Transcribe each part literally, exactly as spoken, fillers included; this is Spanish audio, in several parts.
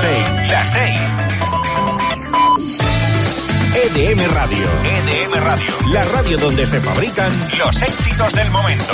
seis. Las seis. E D M Radio. E D M Radio. La radio donde se fabrican los éxitos del momento.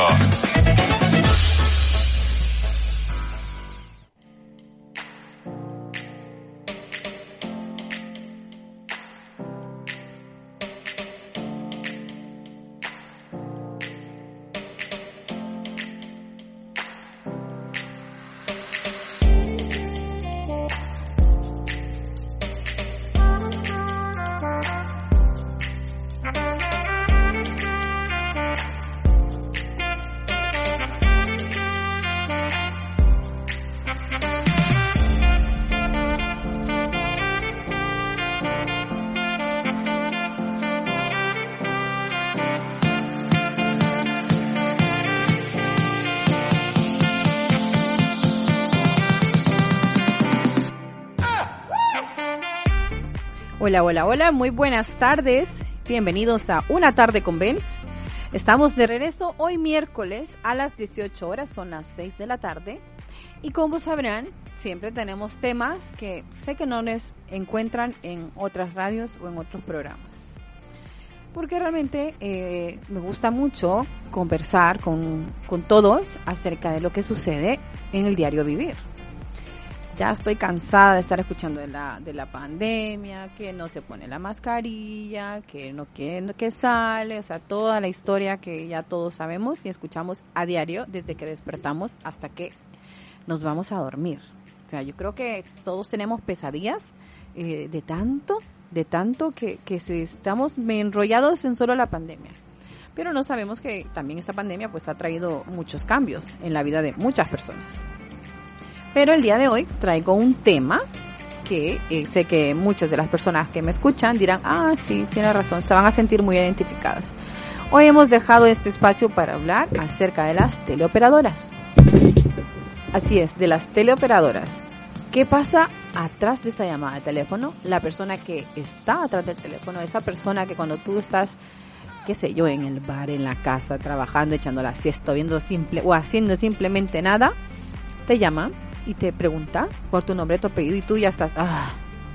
Hola, hola, hola, muy buenas tardes, bienvenidos a Una Tarde con Benz. Estamos de regreso hoy miércoles a las dieciocho horas, son las seis de la tarde. Y como sabrán, siempre tenemos temas que sé que no les encuentran en otras radios o en otros programas. Porque realmente eh, me gusta mucho conversar con, con todos acerca de lo que sucede en el diario vivir. Ya estoy cansada de estar escuchando de la de la pandemia, que no se pone la mascarilla, que no que, que sale, o sea, toda la historia que ya todos sabemos y escuchamos a diario desde que despertamos hasta que nos vamos a dormir. O sea, yo creo que todos tenemos pesadillas eh, de tanto, de tanto que, que se, estamos enrollados en solo la pandemia. Pero no sabemos que también esta pandemia pues ha traído muchos cambios en la vida de muchas personas. Pero el día de hoy traigo un tema que eh, sé que muchas de las personas que me escuchan dirán, ah, sí, tiene razón, se van a sentir muy identificadas. Hoy hemos dejado este espacio para hablar acerca de las teleoperadoras. Así es, de las teleoperadoras. ¿Qué pasa atrás de esa llamada de teléfono? La persona que está atrás del teléfono, esa persona que cuando tú estás, qué sé yo, en el bar, en la casa, trabajando, echando la siesta, viendo simple o haciendo simplemente nada, te llama y te pregunta por tu nombre, tu apellido y tú ya estás, ah,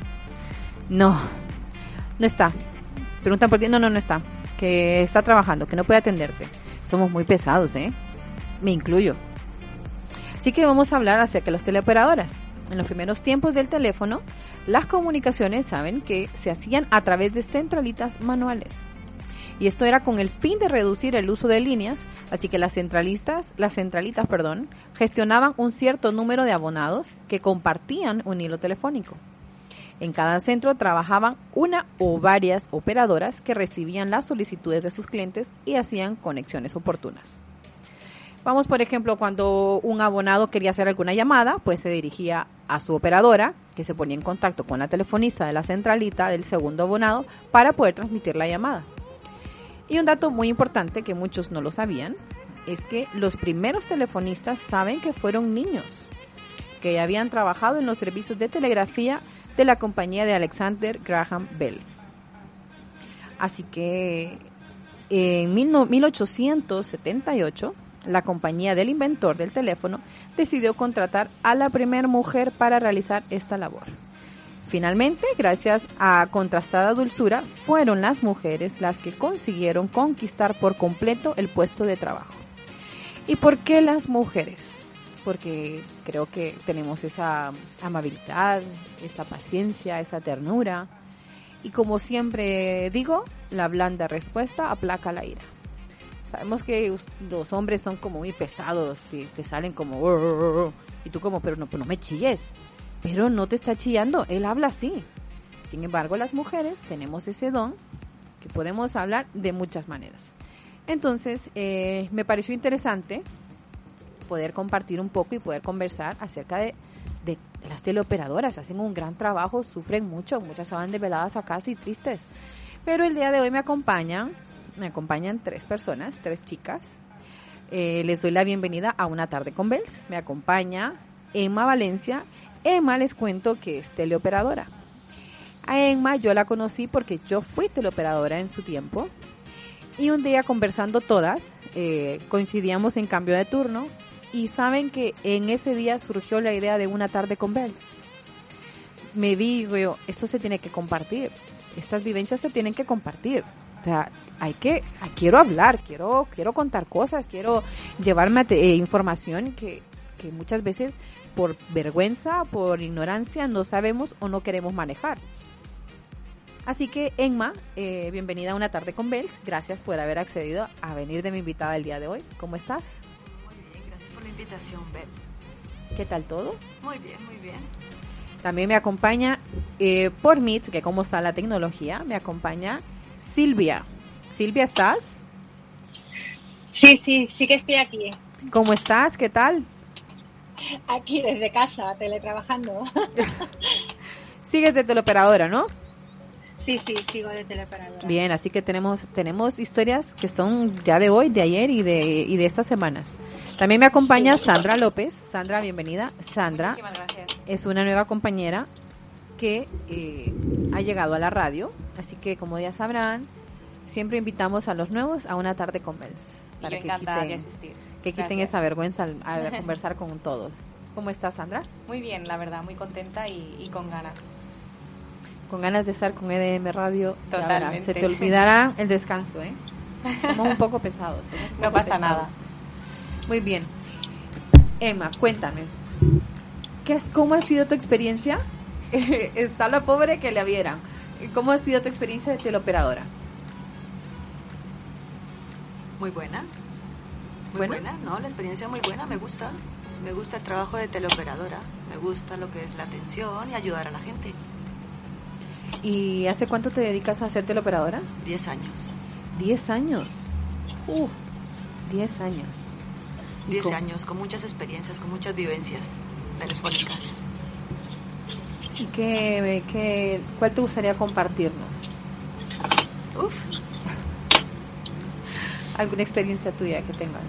no, no está. Preguntan por ti, no, no, no está, que está trabajando, que no puede atenderte. Somos muy pesados, ¿eh? Me incluyo. Así que vamos a hablar acerca de las teleoperadoras. En los primeros tiempos del teléfono, las comunicaciones, saben que se hacían a través de centralitas manuales. Y esto era con el fin de reducir el uso de líneas, así que las centralistas, las centralitas, perdón, gestionaban un cierto número de abonados que compartían un hilo telefónico. En cada centro trabajaban una o varias operadoras que recibían las solicitudes de sus clientes y hacían conexiones oportunas. Vamos, por ejemplo, cuando un abonado quería hacer alguna llamada, pues se dirigía a su operadora, que se ponía en contacto con la telefonista de la centralita del segundo abonado para poder transmitir la llamada. Y un dato muy importante que muchos no lo sabían es que los primeros telefonistas saben que fueron niños que habían trabajado en los servicios de telegrafía de la compañía de Alexander Graham Bell. Así que en mil ochocientos setenta y ocho la compañía del inventor del teléfono decidió contratar a la primera mujer para realizar esta labor. Finalmente, gracias a contrastada dulzura, fueron las mujeres las que consiguieron conquistar por completo el puesto de trabajo. ¿Y por qué las mujeres? Porque creo que tenemos esa amabilidad, esa paciencia, esa ternura. Y como siempre digo, la blanda respuesta aplaca la ira. Sabemos que los hombres son como muy pesados, que te salen como... Y tú como, pero no, pues no me chilles. Pero no te está chillando, él habla así. Sin embargo, las mujeres tenemos ese don que podemos hablar de muchas maneras. Entonces, eh, me pareció interesante poder compartir un poco y poder conversar acerca de, de, de las teleoperadoras. Hacen un gran trabajo, sufren mucho, muchas se van desveladas a casa y tristes. Pero el día de hoy me acompañan, me acompañan tres personas, tres chicas. Eh, les doy la bienvenida a Una Tarde con Bells. Me acompaña Emma Valencia. Emma, les cuento que es teleoperadora. A Emma yo la conocí porque yo fui teleoperadora en su tiempo y un día conversando todas eh, coincidíamos en cambio de turno y saben que en ese día surgió la idea de Una Tarde con Bells. me digo yo, esto se tiene que compartir, estas vivencias se tienen que compartir. O sea, hay que, quiero hablar, quiero, quiero contar cosas, quiero llevarme eh, información que, que muchas veces por vergüenza, por ignorancia, no sabemos o no queremos manejar. Así que, Emma, eh, bienvenida a Una Tarde con Bells. Gracias por haber accedido a venir de mi invitada el día de hoy. ¿Cómo estás? Muy bien, gracias por la invitación, Bells. ¿Qué tal todo? Muy bien, muy bien. También me acompaña eh, por Meet, que como está la tecnología, me acompaña Silvia. Silvia, ¿estás? Sí, sí, sí que estoy aquí. ¿Cómo estás? ¿Qué tal? Aquí desde casa, teletrabajando. Sigues de teleoperadora, ¿no? Sí, sí, sigo de teleoperadora. Bien, así que tenemos tenemos historias que son ya de hoy, de ayer y de y de estas semanas. También me acompaña Sandra López. Sandra, bienvenida. Sandra es una nueva compañera que eh, ha llegado a la radio, así que como ya sabrán, siempre invitamos a los nuevos a Una Tarde con Bells. Para que quiten, de asistir. Que quiten esa vergüenza al, al conversar con todos. ¿Cómo estás, Sandra? Muy bien, la verdad, muy contenta y, y con ganas. Con ganas de estar con E D M Radio. Totalmente. Se te olvidará el descanso, ¿eh? Somos un poco pesados. ¿eh? Un poco no pasa pesados. nada. Muy bien. Emma, cuéntame. ¿Qué es, ¿Cómo ha sido tu experiencia? Está la pobre que la vieran. ¿Cómo ha sido tu experiencia de teleoperadora? Muy buena. Muy ¿Buena? buena, ¿no? La experiencia muy buena, me gusta. Me gusta el trabajo de teleoperadora. Me gusta lo que es la atención y ayudar a la gente. ¿Y hace cuánto te dedicas a ser teleoperadora? Diez años. Diez años. Uh, diez años. Diez con... años, con muchas experiencias, con muchas vivencias telefónicas. ¿Y qué, qué, cuál te gustaría compartirnos? Uf. ¿Alguna experiencia tuya que tengas?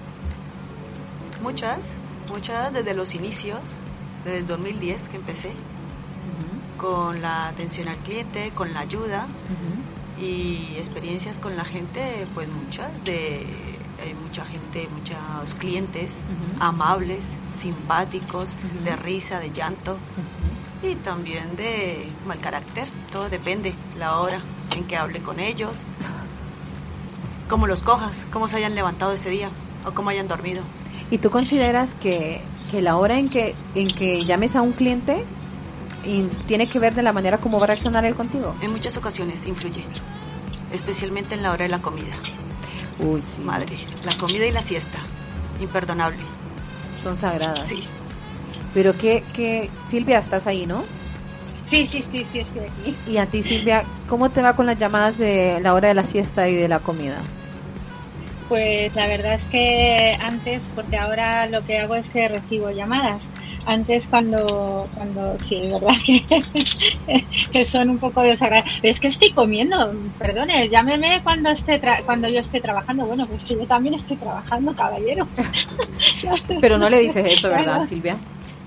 Muchas, muchas desde los inicios, desde el dos mil diez que empecé. Con la atención al cliente, con la ayuda uh-huh. y experiencias con la gente, pues muchas, de hay mucha gente, muchos clientes uh-huh. amables, simpáticos, uh-huh. de risa, de llanto uh-huh. y también de mal carácter, todo depende, la hora en que hable con ellos, cómo los cojas, cómo se hayan levantado ese día o cómo hayan dormido. ¿Y tú consideras que, que la hora en que, en que llames a un cliente y tiene que ver de la manera como va a reaccionar él contigo? En muchas ocasiones influye, especialmente en la hora de la comida. Uy, sí. Madre, la comida y la siesta, imperdonable. Son sagradas. Sí. Pero que, que Silvia, estás ahí, ¿no? Sí, sí, sí, sí, estoy aquí. Y a ti, Silvia, ¿cómo te va con las llamadas de la hora de la siesta y de la comida? Pues la verdad es que antes, porque ahora lo que hago es que recibo llamadas. Antes cuando, cuando sí, es verdad que, que son un poco desagradables. Es que estoy comiendo, perdone, llámeme cuando esté tra- cuando yo esté trabajando. Bueno, pues que yo también estoy trabajando, caballero. Pero no le dices eso, ¿verdad, claro. Silvia?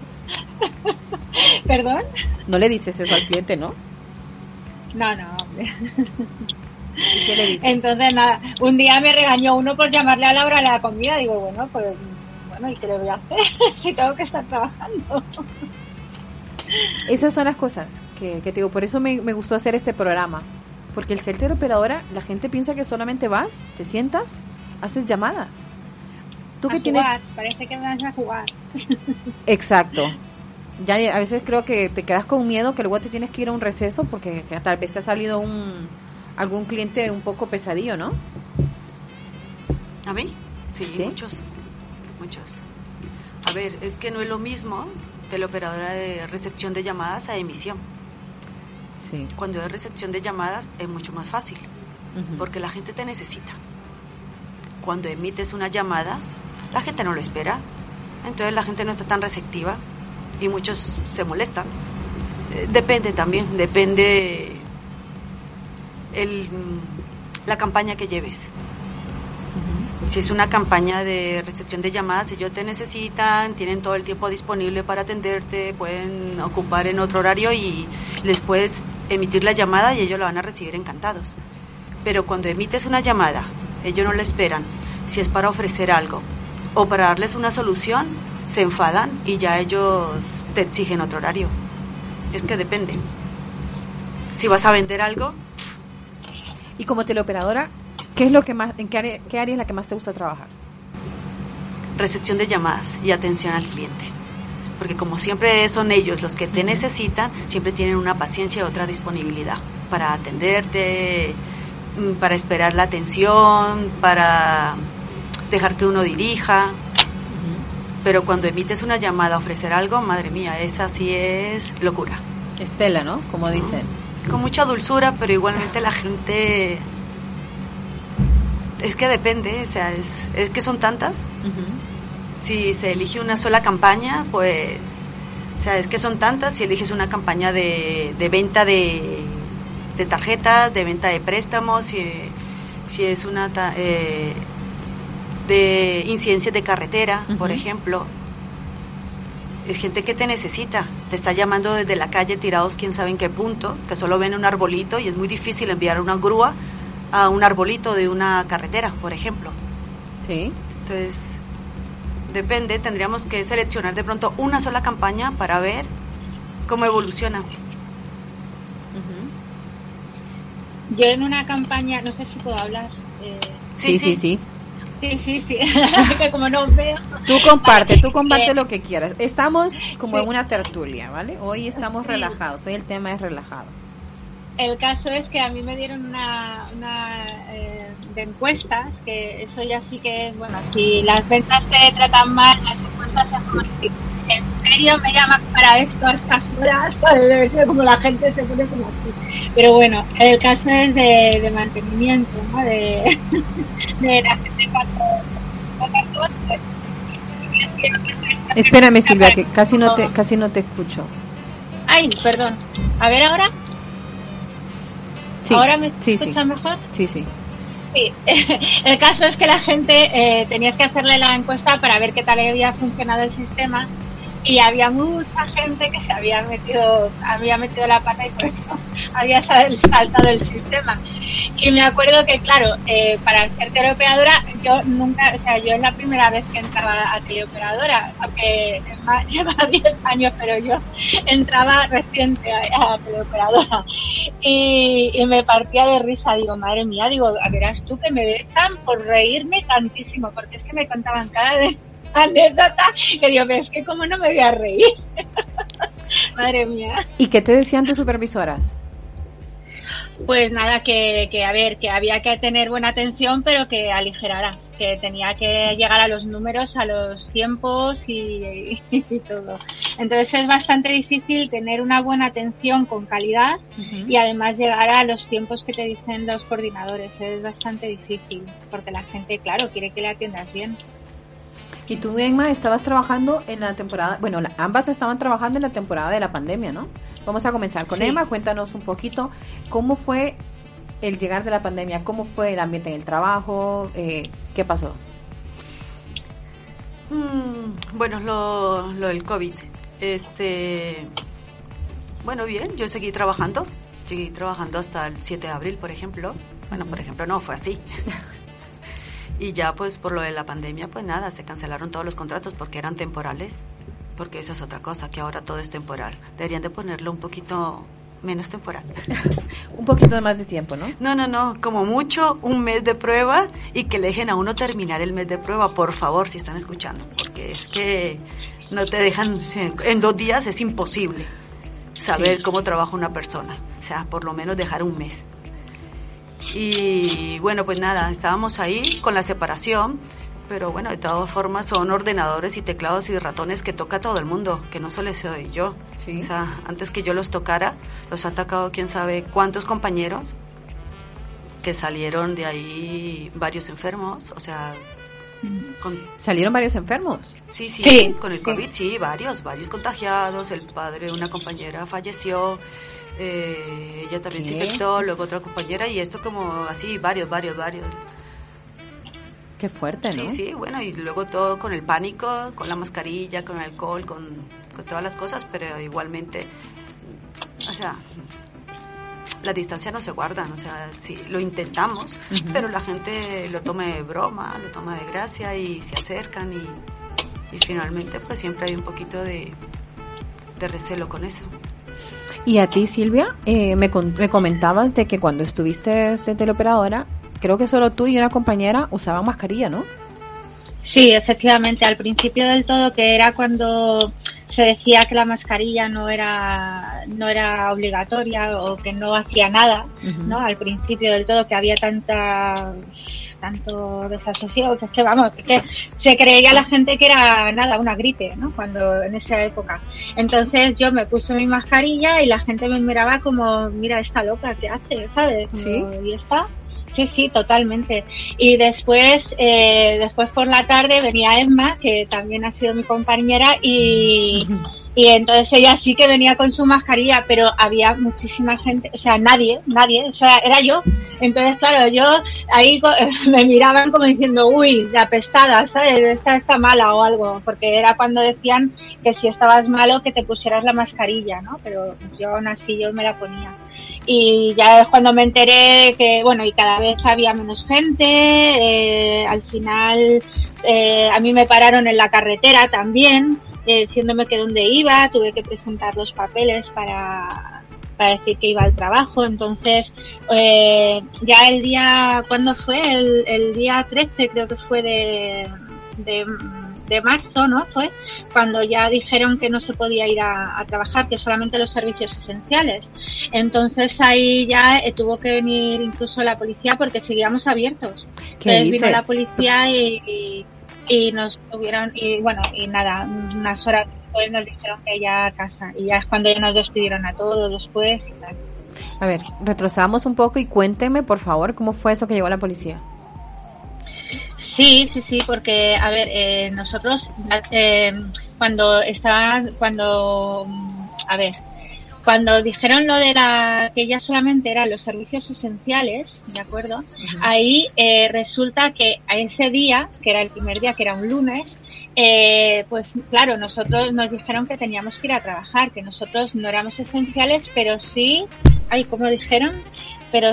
¿Perdón? No le dices eso al cliente, ¿no? No, no, hombre. ¿Y qué le dices? Entonces, nada, un día me regañó uno por llamarle a la hora de la comida. Digo, bueno, pues... ¿y qué le voy a hacer si tengo que estar trabajando? Esas son las cosas que, que te digo, por eso me, me gustó hacer este programa, porque el ser teleoperadora, la gente piensa que solamente vas, te sientas, haces llamadas. ¿Tú a que jugar, tienes? Parece que vas a jugar. Exacto. Ya a veces creo que te quedas con miedo que luego te tienes que ir a un receso porque que tal vez te ha salido un algún cliente un poco pesadillo, ¿no? ¿A mí? Sí, ¿Sí? muchos. Muchos. A ver, es que no es lo mismo teleoperadora de recepción de llamadas a emisión. Sí. Cuando es recepción de llamadas es mucho más fácil, uh-huh. porque la gente te necesita. Cuando emites una llamada, la gente no lo espera, entonces la gente no está tan receptiva y muchos se molestan. Eh, depende también, depende el, la campaña que lleves. Si es una campaña de recepción de llamadas, ellos te necesitan, tienen todo el tiempo disponible para atenderte, pueden ocupar en otro horario y les puedes emitir la llamada y ellos la van a recibir encantados. Pero cuando emites una llamada, ellos no la esperan. Si es para ofrecer algo o para darles una solución, se enfadan y ya ellos te exigen otro horario. Es que depende. Si vas a vender algo. Y como teleoperadora, ¿qué es lo que más, en qué área, qué área es la que más te gusta trabajar? Recepción de llamadas y atención al cliente. Porque como siempre son ellos los que te necesitan, siempre tienen una paciencia y otra disponibilidad para atenderte, para esperar la atención, para dejar que uno dirija. Uh-huh. Pero cuando emites una llamada a ofrecer algo, madre mía, esa sí es locura. Estela, ¿no? Como dicen. Con mucha dulzura, pero igualmente la gente... Es que depende, o sea, es, es que son tantas. Uh-huh. Si se elige una sola campaña, pues... O sea, es que son tantas. Si eliges una campaña de, de venta de, de tarjetas, de venta de préstamos, si, si es una... Ta, eh, de incidencias de carretera, uh-huh. por ejemplo. Es gente que te necesita. Te está llamando desde la calle tirados quién sabe en qué punto, que solo ven un arbolito y es muy difícil enviar una grúa a un arbolito de una carretera, por ejemplo. Sí. Entonces... Depende, tendríamos que seleccionar de pronto una sola campaña para ver cómo evoluciona. Uh-huh. Yo en una campaña, no sé si puedo hablar. Eh... Sí, sí, sí. Sí, sí, sí. Que como no veo. Tú comparte, tú comparte eh... lo que quieras. Estamos como sí. en una tertulia, ¿vale? Hoy estamos sí. relajados, hoy el tema es relajado. El caso es que a mí me dieron una, una eh, de encuestas, que eso ya sí que es, bueno, si las ventas se tratan mal, las encuestas se modifican. ¿En serio me llaman para esto a estas horas? Debe ser como la gente se pone como así. Pero bueno, el caso es de, de mantenimiento, ¿no? De, de la gente cuando... Espérame, Silvia, que casi no te, casi no te escucho. Ay, perdón. A ver ahora. Sí, ¿Ahora me sí, escuchas sí. mejor? Sí, sí. Sí, el caso es que la gente eh, tenías que hacerle la encuesta para ver qué tal había funcionado el sistema y había mucha gente que se había metido había metido la pata y por eso había saltado el sistema. Y me acuerdo que, claro, eh, para ser teleoperadora, yo nunca, o sea, yo es la primera vez que entraba a teleoperadora, aunque lleva diez años, pero yo entraba reciente a, a teleoperadora. Y, y me partía de risa, digo, madre mía, digo, verás tú que me echan por reírme tantísimo, porque es que me contaban cada de anécdota que digo, es que cómo no me voy a reír. Madre mía. ¿Y qué te decían tus supervisoras? Pues nada, que, que a ver, que había que tener buena atención, pero que aligerara, que tenía que llegar a los números, a los tiempos y, y, y todo. Entonces es bastante difícil tener una buena atención con calidad uh-huh. y además llegar a los tiempos que te dicen los coordinadores. Es bastante difícil, porque la gente, claro, quiere que le atiendas bien. Y tú, Emma, estabas trabajando en la temporada, bueno, la, ambas estaban trabajando en la temporada de la pandemia, ¿no? Vamos a comenzar con sí. Emma, cuéntanos un poquito cómo fue el llegar de la pandemia, cómo fue el ambiente en el trabajo, eh, ¿qué pasó? Mm, bueno, lo, lo del COVID, este, bueno, bien, yo seguí trabajando, seguí trabajando hasta el siete de abril, por ejemplo, bueno, por ejemplo, no, fue así. Y ya pues por lo de la pandemia, pues nada, se cancelaron todos los contratos porque eran temporales, porque eso es otra cosa, que ahora todo es temporal. Deberían de ponerlo un poquito menos temporal. Un poquito más de tiempo, ¿no? No, no, no, como mucho un mes de prueba y que le dejen a uno terminar el mes de prueba, por favor, si están escuchando, porque es que no te dejan, en dos días es imposible saber sí. cómo trabaja una persona, o sea, por lo menos dejar un mes. Y bueno, pues nada, estábamos ahí con la separación, pero bueno, de todas formas son ordenadores y teclados y ratones que toca todo el mundo, que no solo soy yo. Sí. O sea, antes que yo los tocara, los ha atacado quién sabe cuántos compañeros, que salieron de ahí varios enfermos, o sea... Con... ¿Salieron varios enfermos? Sí, sí, sí con el COVID, sí. sí, varios, varios contagiados, el padre de una compañera falleció... Eh, ella también ¿Qué? se infectó, luego otra compañera y esto como así, varios, varios, varios. Qué fuerte, ¿no? Sí, sí, bueno, y luego todo con el pánico, con la mascarilla, con el alcohol, con, con todas las cosas, pero igualmente, o sea, la distancia no se guarda, o sea, sí, lo intentamos, uh-huh. pero la gente lo toma de broma, lo toma de gracia y se acercan y, y finalmente pues siempre hay un poquito de, de recelo con eso. Y a ti, Silvia, eh, me, con, me comentabas de que cuando estuviste de teleoperadora, creo que solo tú y una compañera usaban mascarilla, ¿no? Sí, efectivamente, al principio del todo, que era cuando se decía que la mascarilla no era no era obligatoria o que no hacía nada, uh-huh. ¿no? Al principio del todo, que había tanta tanto desasosiego, que es que vamos, que, que se creía la gente que era nada, una gripe, ¿no? Cuando en esa época. Entonces yo me puse mi mascarilla y la gente me miraba como, mira, esta loca, ¿qué hace? ¿Sabes? Como, ¿sí? ¿Y está? Sí, sí, totalmente. Y después, eh, después por la tarde venía Emma, que también ha sido mi compañera, y, y entonces ella sí que venía con su mascarilla, pero había muchísima gente, o sea, nadie, nadie, o sea, era yo. Entonces, claro, yo ahí me miraban como diciendo, uy, de apestada, ¿sabes? Esta está mala o algo, porque era cuando decían que si estabas malo que te pusieras la mascarilla, ¿no? Pero yo aún así yo me la ponía. Y ya es cuando me enteré que, bueno, y cada vez había menos gente, eh, al final eh, a mí me pararon en la carretera también, eh, diciéndome que dónde iba, tuve que presentar los papeles para, para decir que iba al trabajo, entonces eh, ya el día, ¿cuándo fue? El, el día trece creo que fue de... de de marzo, ¿no? Fue cuando ya dijeron que no se podía ir a, a trabajar, que solamente los servicios esenciales. Entonces ahí ya eh, tuvo que venir incluso la policía porque seguíamos abiertos. ¿Qué Entonces dices? Vino la policía y, y, y nos tuvieron, y bueno, y nada, unas horas después nos dijeron que ya a casa. Y ya es cuando ya nos despidieron a todos después y tal. A ver, retrocedamos un poco y cuénteme, por favor, cómo fue eso que llegó la policía. Sí, sí, sí, porque, a ver, eh, nosotros, eh, cuando estaban, cuando, a ver, cuando dijeron lo de la, que ya solamente eran los servicios esenciales, ¿de acuerdo? Uh-huh. Ahí eh, resulta que a ese día, que era el primer día, que era un lunes, eh, pues claro, nosotros nos dijeron que teníamos que ir a trabajar, que nosotros no éramos esenciales, pero sí, ay, ¿cómo dijeron? Pero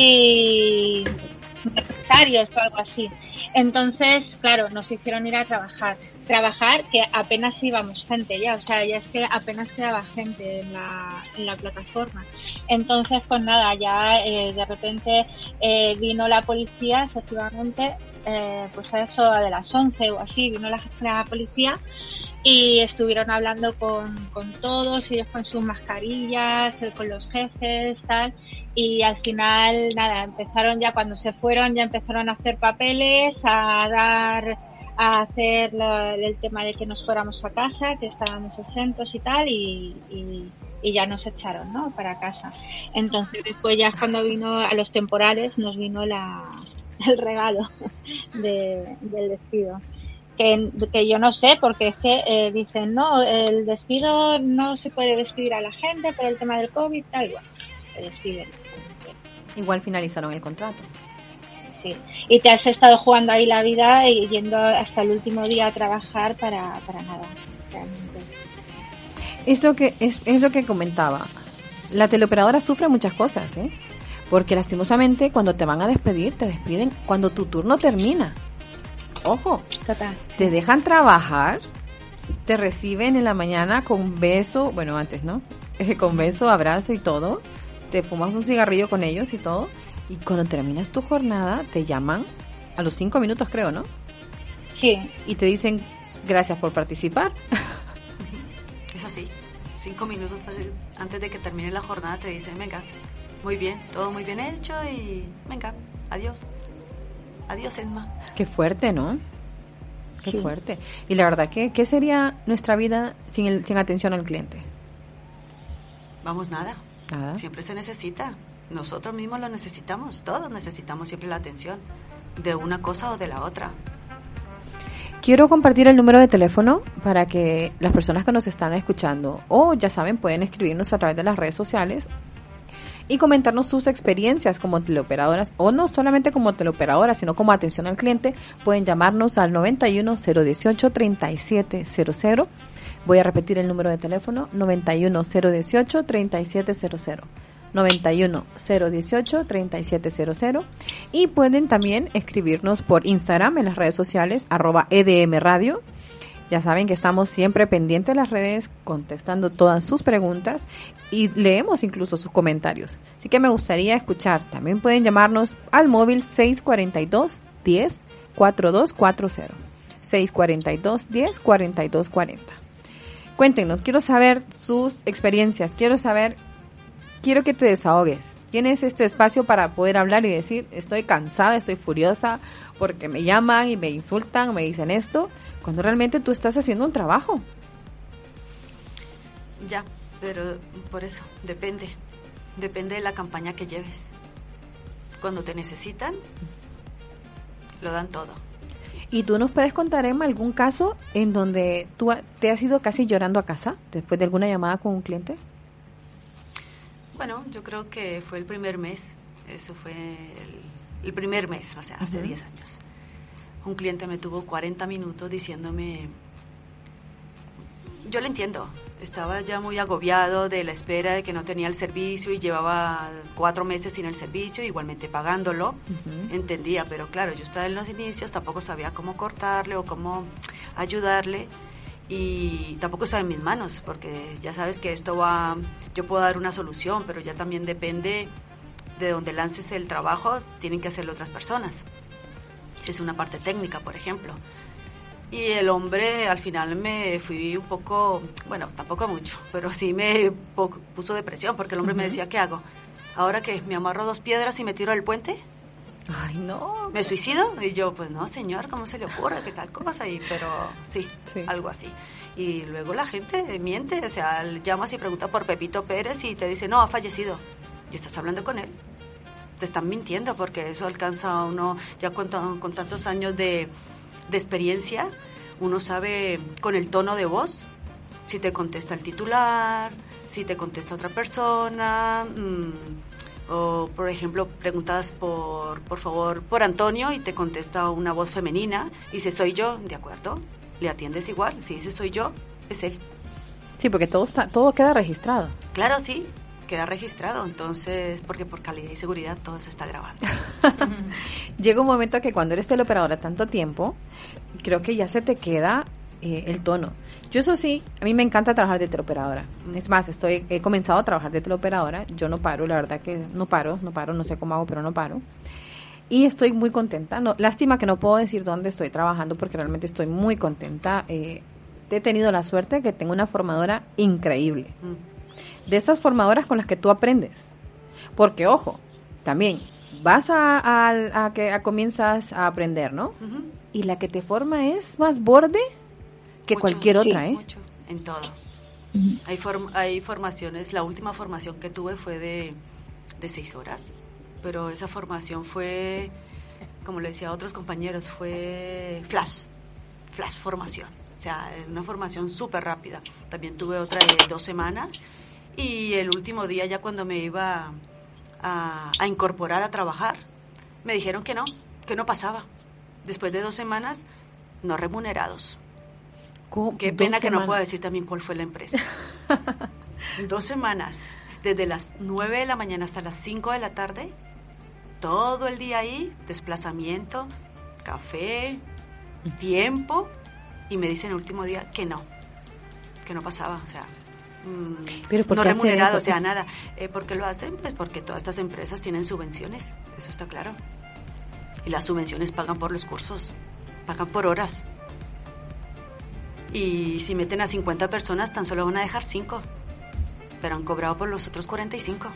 sí necesarios o algo así. Entonces, claro, nos hicieron ir a trabajar. Trabajar que apenas íbamos gente ya, o sea, ya es que apenas quedaba gente en la, en la plataforma. Entonces, pues nada, ya eh, de repente eh, vino la policía, efectivamente, eh, pues a eso de las once o así, vino la, la policía y estuvieron hablando con, con todos, ellos con sus mascarillas, con los jefes, tal, y al final, nada, empezaron ya, cuando se fueron, ya empezaron a hacer papeles, a dar, a hacer la, el tema de que nos fuéramos a casa, que estábamos exentos y tal, y, y, y ya nos echaron, ¿no?, para casa. Entonces, después ya es cuando vino, a los temporales, nos vino la, el regalo de, del despido. Que, que yo no sé, porque es que eh, dicen, no, el despido no se puede despedir a la gente por el tema del COVID, tal, igual, se despiden. Igual finalizaron el contrato. Sí, y te has estado jugando ahí la vida y yendo hasta el último día a trabajar para, para nada, realmente. Es lo que, es, es lo que comentaba. La teleoperadora sufre muchas cosas, ¿eh? Porque lastimosamente cuando te van a despedir, te despiden cuando tu turno termina. Ojo, total. Te dejan trabajar, te reciben en la mañana con beso, bueno, antes, ¿no? Con beso, abrazo y todo. Te fumas un cigarrillo con ellos y todo. Y cuando terminas tu jornada, te llaman a los cinco minutos, creo, ¿no? Sí. Y te dicen, gracias por participar. Es así. Cinco minutos antes de que termine la jornada te dicen, venga, muy bien, todo muy bien hecho y venga, adiós. Adiós, Emma. Qué fuerte, ¿no? Qué sí. fuerte. Y la verdad, ¿qué, qué sería nuestra vida sin, el, sin atención al cliente? Vamos, nada. Nada. Siempre se necesita. Nosotros mismos lo necesitamos. Todos necesitamos siempre la atención de una cosa o de la otra. Quiero compartir el número de teléfono para que las personas que nos están escuchando, o ya saben, pueden escribirnos a través de las redes sociales y comentarnos sus experiencias como teleoperadoras, o no solamente como teleoperadoras, sino como atención al cliente. Pueden llamarnos al noventa y uno, cero dieciocho, treinta y siete cero cero. Voy a repetir el número de teléfono, noventa y uno, cero dieciocho, treinta y siete cero cero. noventa y uno, cero dieciocho, treinta y siete cero cero. Y pueden también escribirnos por Instagram en las redes sociales, arroba E D M Radio. Ya saben que estamos siempre pendientes de las redes, contestando todas sus preguntas y leemos incluso sus comentarios. Así que me gustaría escuchar. También pueden llamarnos al móvil seis cuatro dos, diez, cuarenta y dos cuarenta. seis cuatro dos, diez, cuarenta y dos cuarenta. Cuéntenos, quiero saber sus experiencias, quiero saber, quiero que te desahogues. Tienes este espacio para poder hablar y decir, estoy cansada, estoy furiosa porque me llaman y me insultan, me dicen esto, cuando realmente tú estás haciendo un trabajo. Ya, pero por eso, depende, depende de la campaña que lleves. Cuando te necesitan, lo dan todo. ¿Y tú nos puedes contar, Emma, algún caso en donde tú te has ido casi llorando a casa después de alguna llamada con un cliente? Bueno, yo creo que fue el primer mes, eso fue el, el primer mes, o sea, hace diez uh-huh. años. Un cliente me tuvo cuarenta minutos diciéndome, yo lo entiendo, estaba ya muy agobiado de la espera de que no tenía el servicio y llevaba cuatro meses sin el servicio, igualmente pagándolo, uh-huh. entendía, pero claro, yo estaba en los inicios, tampoco sabía cómo cortarle o cómo ayudarle. Y tampoco está en mis manos, porque ya sabes que esto va, yo puedo dar una solución, pero ya también depende de donde lances el trabajo, tienen que hacerlo otras personas. Si es una parte técnica, por ejemplo. Y el hombre, al final me fui un poco, bueno, tampoco mucho, pero sí me puso depresión, porque el hombre uh-huh. me decía, ¿qué hago? ¿Ahora que me amarro dos piedras y me tiro del puente? Ay, no. ¿Me suicido? Y yo, pues no, señor, ¿cómo se le ocurre? ¿Qué tal cosa? Y, pero sí, sí, algo así. Y luego la gente miente, o sea, llamas y pregunta por Pepito Pérez y te dice, no, ha fallecido. Y estás hablando con él. Te están mintiendo porque eso alcanza a uno, ya con, con tantos años de, de experiencia, uno sabe con el tono de voz si te contesta el titular, si te contesta otra persona. Mmm, O, por ejemplo, preguntas por, por favor, por Antonio y te contesta una voz femenina y dice, soy yo, ¿de acuerdo? ¿Le atiendes igual? Si dice soy yo, es él. Sí, porque todo está, todo queda registrado. Claro, sí, queda registrado, entonces, porque por calidad y seguridad todo se está grabando. Llega un momento que cuando eres teleoperadora tanto tiempo, creo que ya se te queda eh, el tono. Yo eso sí, a mí me encanta trabajar de teleoperadora. Es más, estoy he comenzado a trabajar de teleoperadora. Yo no paro, la verdad que no paro, no paro, no sé cómo hago, pero no paro. Y estoy muy contenta. No, lástima que no puedo decir dónde estoy trabajando porque realmente estoy muy contenta. Eh, he tenido la suerte que tengo una formadora increíble. De esas formadoras con las que tú aprendes. Porque, ojo, también vas a, a, a que a comienzas a aprender, ¿no? Uh-huh. Y la que te forma es más borde que mucho, cualquier otra, sí, ¿eh? Mucho, en todo. Uh-huh. Hay, form, hay formaciones, la última formación que tuve fue de, de seis horas, pero esa formación fue, como le decía a otros compañeros, fue flash, flash formación, o sea, una formación súper rápida. También tuve otra de dos semanas y el último día ya cuando me iba a, a incorporar a trabajar, me dijeron que no, que no pasaba. Después de dos semanas, no remunerados. Qué pena que no puedo decir también cuál fue la empresa. Dos semanas, desde las nueve de la mañana hasta las cinco de la tarde, todo el día ahí, desplazamiento, café, tiempo, y me dicen el último día que no, que no pasaba, o sea, mmm, ¿Pero por no qué remunerado, o eso? sea, Es... nada. Eh, ¿Por qué lo hacen? Pues porque todas estas empresas tienen subvenciones, eso está claro. Y las subvenciones pagan por los cursos, pagan por horas. Y si meten a cincuenta personas, tan solo van a dejar cinco. Pero han cobrado por los otros cuarenta y cinco.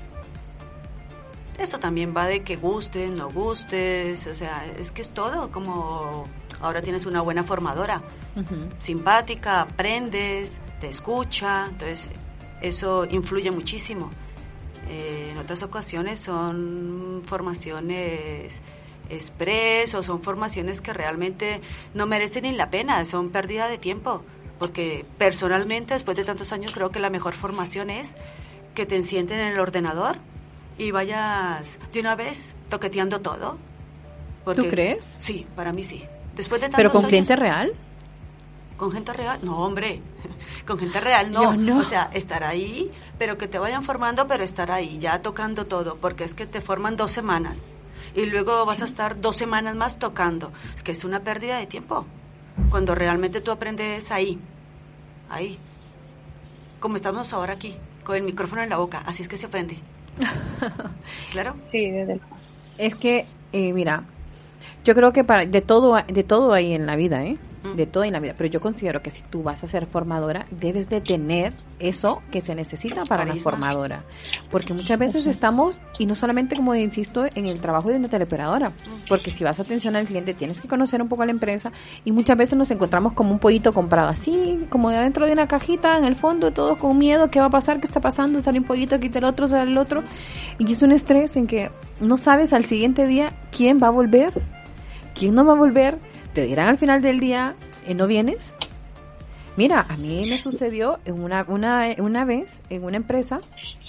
Esto también va de que gustes, no gustes, o sea, es que es todo, como ahora tienes una buena formadora, uh-huh. simpática, aprendes, te escucha, entonces eso influye muchísimo. Eh, en otras ocasiones son formaciones express o son formaciones que realmente no merecen ni la pena, son pérdida de tiempo, porque personalmente después de tantos años creo que la mejor formación es que te sienten en el ordenador y vayas de una vez toqueteando todo. Porque, ¿tú crees? Sí, para mí sí. Después de tantos ¿Pero con años, cliente real? ¿Con gente real? No, hombre, con gente real no. no. O sea, estar ahí, pero que te vayan formando, pero estar ahí, ya tocando todo, porque es que te forman dos semanas y luego vas a estar dos semanas más tocando. Es que es una pérdida de tiempo. Cuando realmente tú aprendes ahí, ahí, como estamos ahora aquí, con el micrófono en la boca, así es que se aprende. ¿Claro? Sí, desde luego. Es que, eh, mira, yo creo que para de todo de todo hay en la vida, ¿eh? De todo en la vida, pero yo considero que si tú vas a ser formadora, debes de tener eso que se necesita para la formadora, porque muchas veces estamos, y no solamente, como insisto, en el trabajo de una teleoperadora, porque si vas a atención al cliente tienes que conocer un poco a la empresa, y muchas veces nos encontramos como un pollito comprado así, como dentro de una cajita, en el fondo, todos con miedo, ¿qué va a pasar? ¿Qué está pasando? Sale un pollito, quita el otro, sale el otro, y es un estrés en que no sabes al siguiente día quién va a volver, quién no va a volver. Te dirán al final del día, ¿eh, ¿no vienes? Mira, a mí me sucedió en una una una vez en una empresa,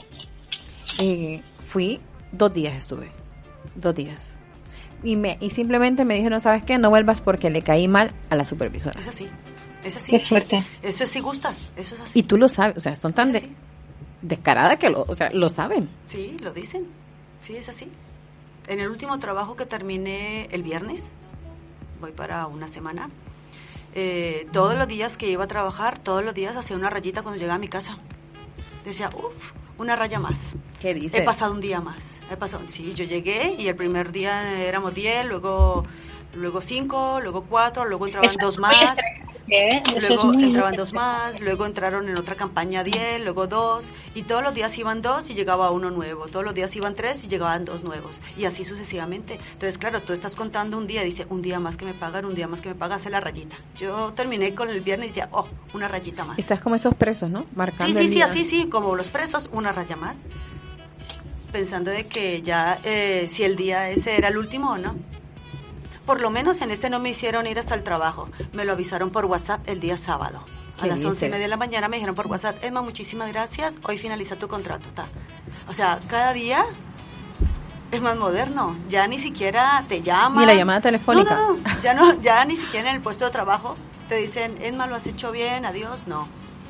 eh, fui, dos días estuve, dos días. Y me y simplemente me dijeron, ¿sabes qué? No vuelvas porque le caí mal a la supervisora. Es así, es así. Qué fuerte. Eso es si gustas, eso es así. Y tú lo sabes, o sea, son tan de, descaradas que lo, o sea, lo saben. Sí, lo dicen, sí, es así. En el último trabajo que terminé el viernes, voy para una semana, eh, todos los días que iba a trabajar, todos los días hacía una rayita cuando llegaba a mi casa. Decía, uff, una raya más. ¿Qué dices? He pasado un día más. He pasado, sí, yo llegué y el primer día éramos diez, luego luego cinco, luego cuatro, luego entraban Eso dos es más. muy estresante, ¿eh? Eso Luego es muy, entraban muy dos más, luego entraron en otra campaña diez, luego dos, y todos los días iban dos y llegaba uno nuevo, todos los días iban tres y llegaban dos nuevos, y así sucesivamente. Entonces, claro, tú estás contando un día, dice, un día más que me pagan, un día más que me pagan, hace la rayita. Yo terminé con el viernes y decía, oh, una rayita más. Estás como esos presos, ¿no? Marcando Sí, sí, el sí, día. así, sí, como los presos, una raya más. Pensando de que ya, eh, si el día ese era el último o no. Por lo menos en este no me hicieron ir hasta el trabajo. Me lo avisaron por WhatsApp el día sábado. A las once y media de la mañana me dijeron por WhatsApp, Emma, muchísimas gracias, hoy finaliza tu contrato. Ta. O sea, cada día es más moderno. Ya ni siquiera te llaman. Ni la llamada telefónica. No, no, no. Ya, no, ya ni siquiera en el puesto de trabajo te dicen, Emma, lo has hecho bien, adiós. No.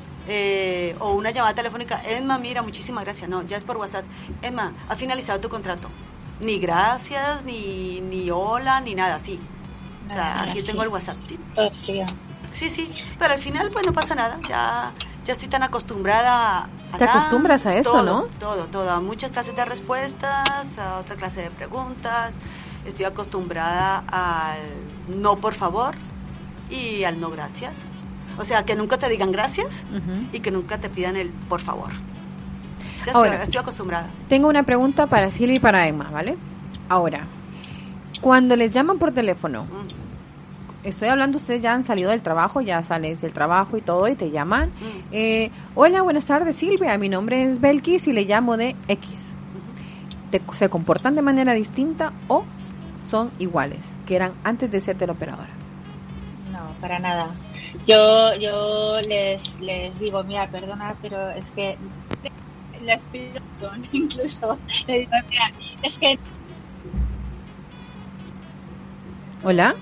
Eh, o una llamada telefónica, Emma, mira, muchísimas gracias. No, ya es por WhatsApp. Emma, ha finalizado tu contrato. Ni gracias, ni, ni hola, ni nada, sí. O sea, aquí tengo el WhatsApp. ¿Sí? Sí, sí, pero al final pues no pasa nada, ya ya estoy tan acostumbrada a... Te acostumbras a esto, todo, ¿no? Todo, todo, a muchas clases de respuestas, a otra clase de preguntas, estoy acostumbrada al no por favor y al no gracias, o sea, que nunca te digan gracias uh-huh. y que nunca te pidan el por favor. Ya Ahora, estoy, estoy acostumbrada. Tengo una pregunta para Silvia y para Emma, ¿vale? Ahora, cuando les llaman por teléfono... Uh-huh. Estoy hablando, ustedes ya han salido del trabajo, ya sales del trabajo y todo, y te llaman. Mm. Eh, Hola, buenas tardes, Silvia. Mi nombre es Belkis y le llamo de X. Uh-huh. ¿Te, ¿Se comportan de manera distinta o son iguales que eran antes de ser teleoperadora? No, para nada. Yo yo les, les digo, mira, perdona, pero es que les pido perdón, incluso. Les digo, mira, es que... Hola.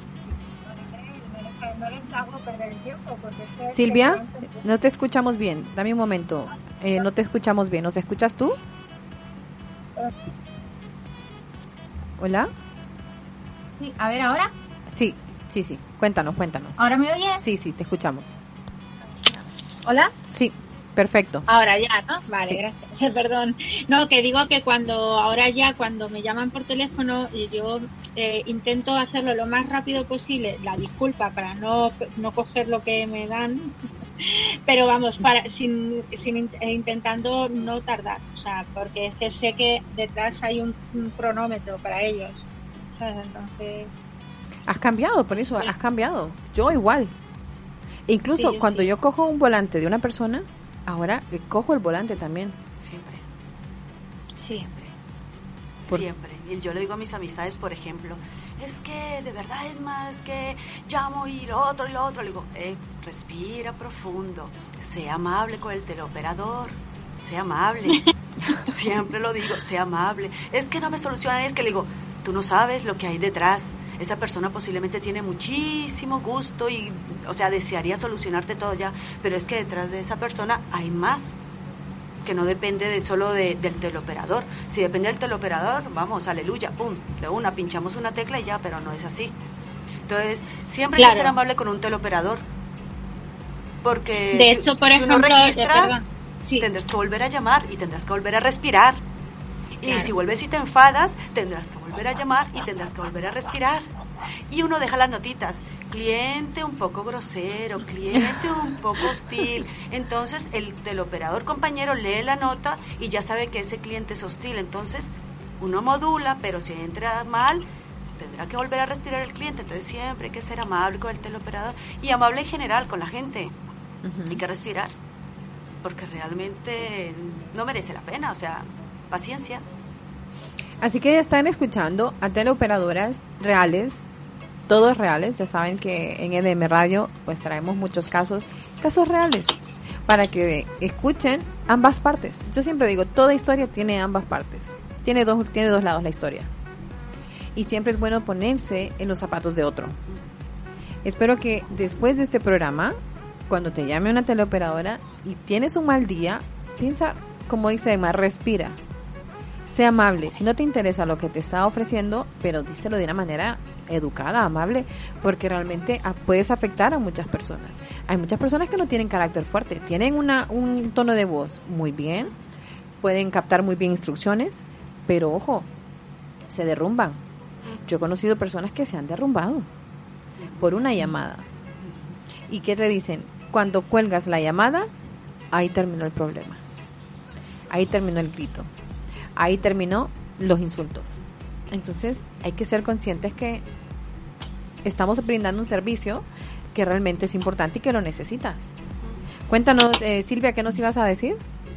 No les hago perder el tiempo porque es que Silvia, no te escuchamos bien. Dame un momento. Eh, no te escuchamos bien. ¿Nos escuchas tú? Hola. Sí, a ver, ¿ahora? Sí, sí, sí. Cuéntanos, cuéntanos. ¿Ahora me oyes? Sí, sí, te escuchamos. ¿Hola? Sí, perfecto. Ahora ya, ¿no? Vale, sí. Gracias. Perdón. No, que digo que cuando, ahora ya, cuando me llaman por teléfono, yo eh, intento hacerlo lo más rápido posible, la disculpa para no, no coger lo que me dan, pero vamos, para sin, sin intentando no tardar, o sea, porque es que sé que detrás hay un, un cronómetro para ellos, ¿sabes? Entonces... Has cambiado, por eso, sí. Has cambiado. Yo igual. Incluso sí, yo cuando sí. yo cojo un volante de una persona, ahora cojo el volante también. Siempre. Siempre. Por... Siempre. Y yo le digo a mis amistades, por ejemplo, es que de verdad es más que llamo y lo otro y lo otro. Le digo, eh, respira profundo, sea amable con el teleoperador, sea amable. Siempre lo digo, sea amable. Es que no me solucionan, es que le digo, tú no sabes lo que hay detrás. Esa persona posiblemente tiene muchísimo gusto y, o sea, desearía solucionarte todo ya, pero es que detrás de esa persona hay más, que no depende de solo de, del teleoperador. Si depende del teleoperador, vamos, aleluya, pum, de una pinchamos una tecla y ya, pero no es así. Entonces, siempre claro. hay que ser amable con un teleoperador. Porque de si, hecho, por si ejemplo, uno registra, perdón, sí. tendrás que volver a llamar y tendrás que volver a respirar. Y claro. si vuelves y te enfadas, tendrás que volver a llamar y tendrás que volver a respirar. Y uno deja las notitas, cliente un poco grosero, cliente un poco hostil. Entonces el teleoperador compañero lee la nota y ya sabe que ese cliente es hostil. Entonces uno modula, pero si entra mal, tendrá que volver a respirar el cliente. Entonces siempre hay que ser amable con el teleoperador y amable en general con la gente. Uh-huh. Hay que respirar, porque realmente no merece la pena, o sea, paciencia. Así que ya están escuchando a teleoperadoras reales, todos reales. Ya saben que en E D M Radio pues traemos muchos casos, casos reales, para que escuchen ambas partes. Yo siempre digo, toda historia tiene ambas partes, tiene dos, tiene dos lados la historia. Y siempre es bueno ponerse en los zapatos de otro. Espero que después de este programa, cuando te llame una teleoperadora y tienes un mal día, piensa, como dice Emma, respira. Sea amable. Si no te interesa lo que te está ofreciendo, pero díselo de una manera educada, amable, porque realmente puedes afectar a muchas personas. Hay muchas personas que no tienen carácter fuerte, tienen una un tono de voz muy bien, pueden captar muy bien instrucciones, pero ojo, se derrumban. Yo he conocido personas que se han derrumbado por una llamada. ¿Y qué te dicen? Cuando cuelgas la llamada, ahí terminó el problema. Ahí terminó el grito. Ahí terminó los insultos. Entonces hay que ser conscientes que estamos brindando un servicio que realmente es importante y que lo necesitas. Cuéntanos, eh, Silvia, ¿qué nos ibas a decir?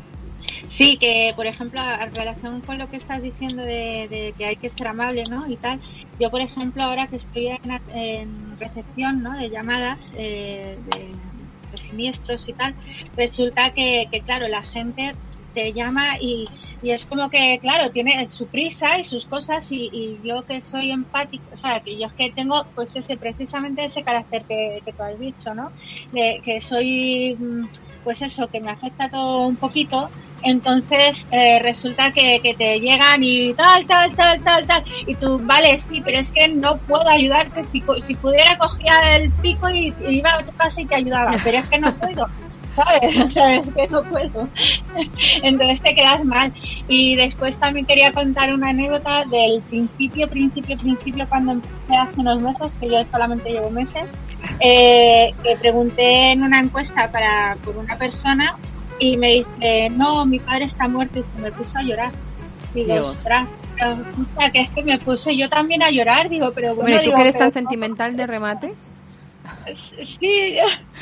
Sí, que por ejemplo, en relación con lo que estás diciendo de, de que hay que ser amable, ¿no? Y tal, yo por ejemplo ahora que estoy en, en recepción, ¿no? De llamadas eh, de, de siniestros y tal, resulta que, que claro, la gente te llama y, y es como que, claro, tiene su prisa y sus cosas y, y yo que soy empática, o sea, que yo es que tengo pues ese precisamente ese carácter que, que tú has dicho, ¿no? De, que soy, pues eso, que me afecta todo un poquito, entonces eh, resulta que, que te llegan y tal, tal, tal, tal, tal, y tú, vale, sí, pero es que no puedo ayudarte, si, si pudiera cogía el pico y, y iba a tu casa y te ayudaba, pero es que no puedo. ¿Sabes? O sea, es que no puedo. Entonces te quedas mal. Y después también quería contar una anécdota del principio, principio, principio, cuando empecé hace unos meses, que yo solamente llevo meses, eh, que pregunté en una encuesta para por una persona y me dice, no, mi padre está muerto, y se me puso a llorar. Digo, Dios. Ostras, o sea, que es que me puse yo también a llorar, digo, pero bueno. Bueno, ¿y tú digo, que eres pero, tan sentimental de remate? Sí,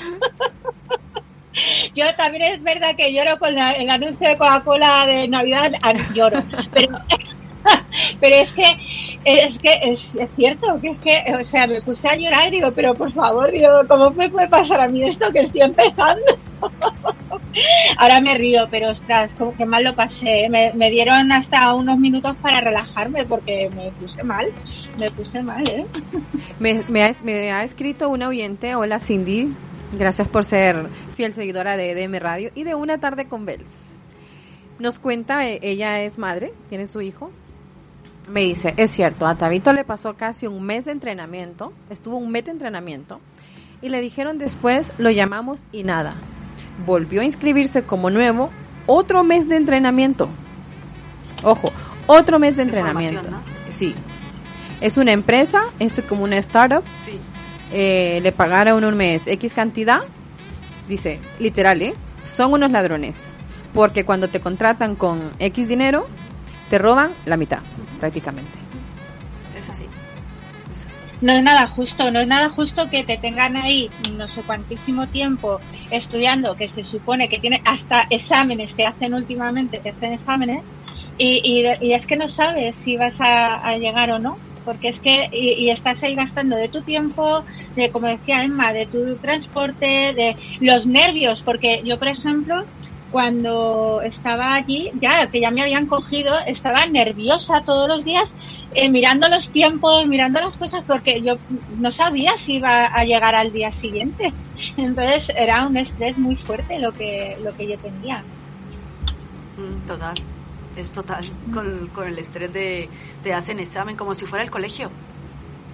yo también es verdad que lloro con la, el anuncio de Coca-Cola de Navidad, lloro, pero pero es que es que es, es cierto que es que, o sea, me puse a llorar y digo, pero por favor, digo, ¿cómo me puede pasar a mí esto que estoy empezando? Ahora me río, pero ostras, como que mal lo pasé, me, me dieron hasta unos minutos para relajarme porque me puse mal, me puse mal, ¿eh? Me, me, ha, me ha escrito una oyente, hola Cindy. Gracias por ser fiel seguidora de E D M Radio y de Una Tarde con Bells. Nos cuenta, ella es madre, tiene su hijo. Me dice, es cierto, a Tabito le pasó casi un mes de entrenamiento, estuvo un mes de entrenamiento, y le dijeron después, lo llamamos y nada. Volvió a inscribirse como nuevo, otro mes de entrenamiento. Ojo, otro mes de entrenamiento. ¿No? Sí. Es una empresa, es como una startup. Sí. Eh, le pagaron un mes X cantidad, dice, literal, ¿eh? Son unos ladrones, porque cuando te contratan con X dinero, te roban la mitad, prácticamente. Es así. Es así. No es nada justo, no es nada justo que te tengan ahí no sé cuantísimo tiempo estudiando, que se supone que tiene hasta exámenes, te hacen últimamente, te hacen exámenes, y, y, y es que no sabes si vas a, a llegar o no. Porque es que, y, y estás ahí gastando de tu tiempo, de, como decía Emma, de tu transporte, de los nervios, porque yo, por ejemplo, cuando estaba allí, ya, que ya me habían cogido, estaba nerviosa todos los días, eh, mirando los tiempos, mirando las cosas, porque yo no sabía si iba a llegar al día siguiente. Entonces, era un estrés muy fuerte lo que, lo que yo tenía. Total. Es total, con, con el estrés de te hacen examen como si fuera el colegio.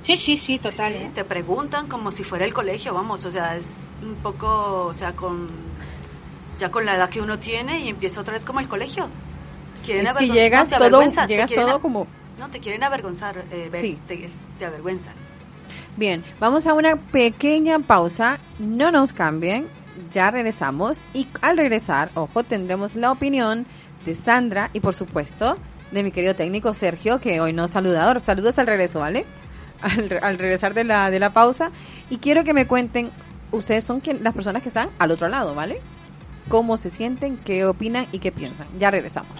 Sí, sí, sí, total. Sí, sí, ¿eh? te preguntan como si fuera el colegio, vamos, o sea, es un poco, o sea, con ya con la edad que uno tiene y empieza otra vez como el colegio. Quieren Es que avergon- llegas no, te todo, avergüenzan, te llegas quieren todo a- como... No, te quieren avergonzar, eh, Beth, Sí. te, te avergüenzan. Bien, vamos a una pequeña pausa, no nos cambien, ya regresamos y al regresar, ojo, tendremos la opinión de Sandra y por supuesto de mi querido técnico Sergio, que hoy nos ha saludado. Saludos al regreso, ¿vale? Al, re- al regresar de la, de la pausa, y quiero que me cuenten, ustedes son quien, las personas que están al otro lado, ¿vale? Cómo se sienten, qué opinan y qué piensan. Ya regresamos.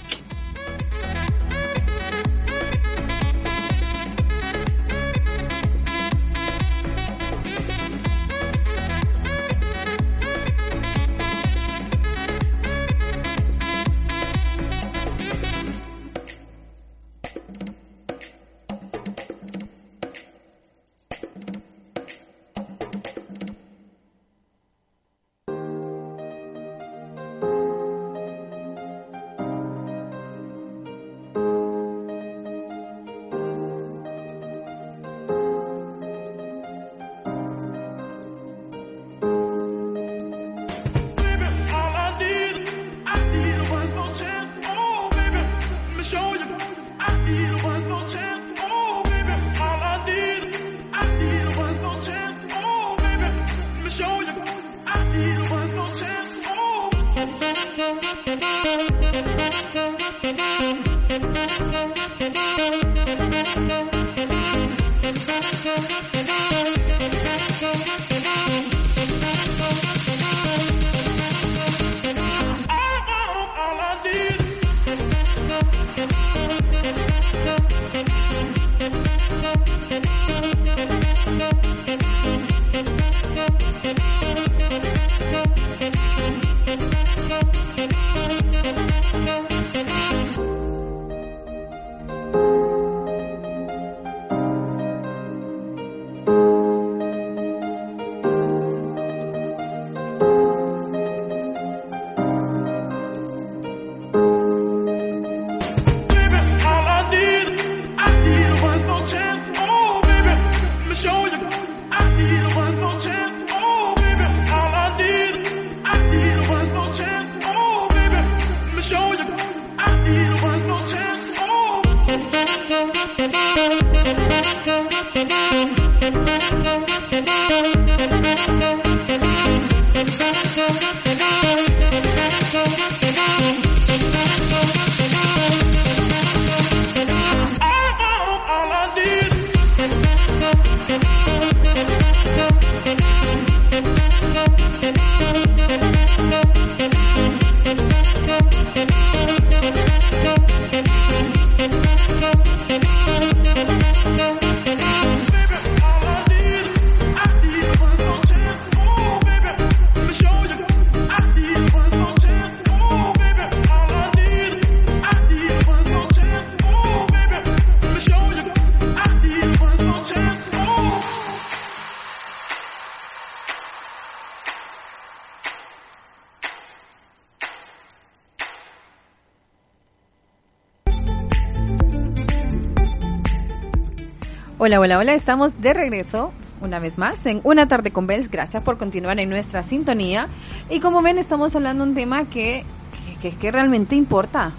Hola, hola, hola, estamos de regreso una vez más en Una Tarde con Bells. Gracias por continuar en nuestra sintonía. Y como ven, estamos hablando de un tema que, que, que realmente importa.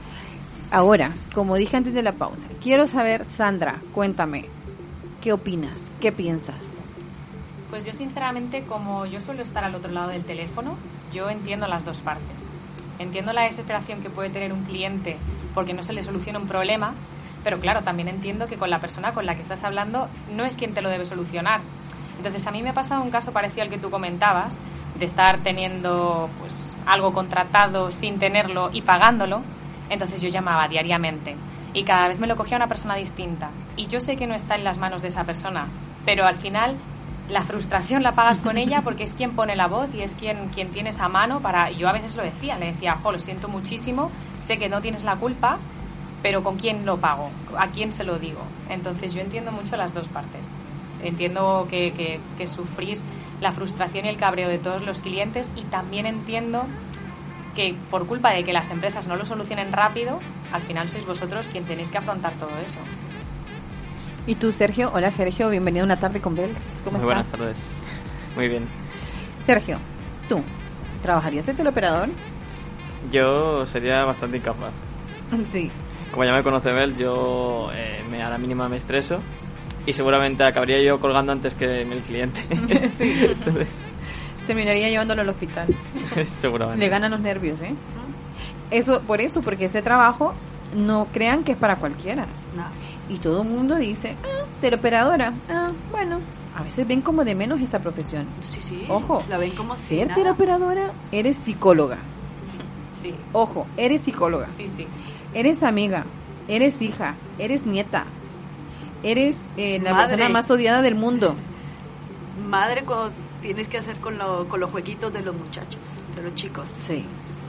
Ahora, como dije antes de la pausa, quiero saber, Sandra, cuéntame, ¿qué opinas? ¿Qué piensas? Pues yo sinceramente, como yo suelo estar al otro lado del teléfono, yo entiendo las dos partes. Entiendo la desesperación que puede tener un cliente porque no se le soluciona un problema, pero claro, también entiendo que con la persona con la que estás hablando no es quien te lo debe solucionar. Entonces a mí me ha pasado un caso parecido al que tú comentabas, de estar teniendo pues algo contratado sin tenerlo y pagándolo. Entonces yo llamaba diariamente y cada vez me lo cogía una persona distinta. Y yo sé que no está en las manos de esa persona, pero al final la frustración la pagas con ella porque es quien pone la voz y es quien, quien tiene esa mano para... Yo a veces lo decía, le decía, jo, lo siento muchísimo, sé que no tienes la culpa, pero ¿con quién lo pago? ¿A quién se lo digo? Entonces yo entiendo mucho las dos partes. Entiendo que, que, que sufrís la frustración y el cabreo de todos los clientes y también entiendo que por culpa de que las empresas no lo solucionen rápido, al final sois vosotros quien tenéis que afrontar todo eso. ¿Y tú, Sergio? Hola, Sergio, bienvenido a Una Tarde con Bells. ¿Cómo Muy estás? buenas tardes. Muy bien. Sergio, ¿tú trabajarías de teleoperador? Yo sería bastante incapaz. Sí. Como ya me conoce Bel, yo eh, me, a la mínima me estreso y seguramente acabaría yo colgando antes que el cliente. Sí. Entonces, terminaría llevándolo al hospital. seguramente. Le ganan los nervios, ¿eh? Eso, por eso, porque ese trabajo no crean que es para cualquiera. No. Y todo el mundo dice, ah, teleoperadora, ah, bueno. A veces ven como de menos esa profesión. Sí, sí. Ojo, La ven como si ser nada. teleoperadora, eres psicóloga. Sí, Ojo, eres psicóloga. sí, sí. Eres amiga, eres hija, eres nieta, eres eh, la Madre. persona más odiada del mundo. Madre, cuando tienes que hacer con, lo, con los jueguitos de los muchachos, de los chicos. Sí.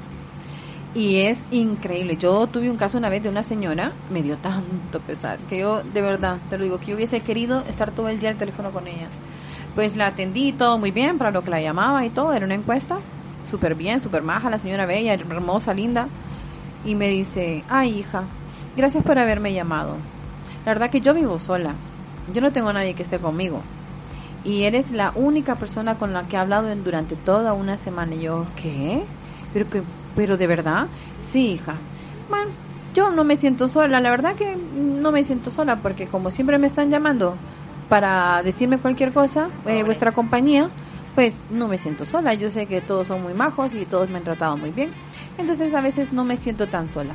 Y es increíble. Yo tuve un caso una vez de una señora, me dio tanto pesar, que yo, de verdad, te lo digo, que yo hubiese querido estar todo el día al teléfono con ella. Pues la atendí todo muy bien, para lo que la llamaba y todo, era una encuesta, súper bien, súper maja, la señora bella, hermosa, linda. Y me dice, ay hija, gracias por haberme llamado. La verdad que yo vivo sola, yo no tengo a nadie que esté conmigo. Y eres la única persona con la que he hablado en, durante toda una semana. Y yo, ¿qué? ¿Pero que, pero de verdad? Sí, hija. Bueno, yo no me siento sola, la verdad que no me siento sola, porque como siempre me están llamando para decirme cualquier cosa, eh, vuestra compañía, pues no me siento sola. Yo sé que todos son muy majos y todos me han tratado muy bien. Entonces a veces no me siento tan sola.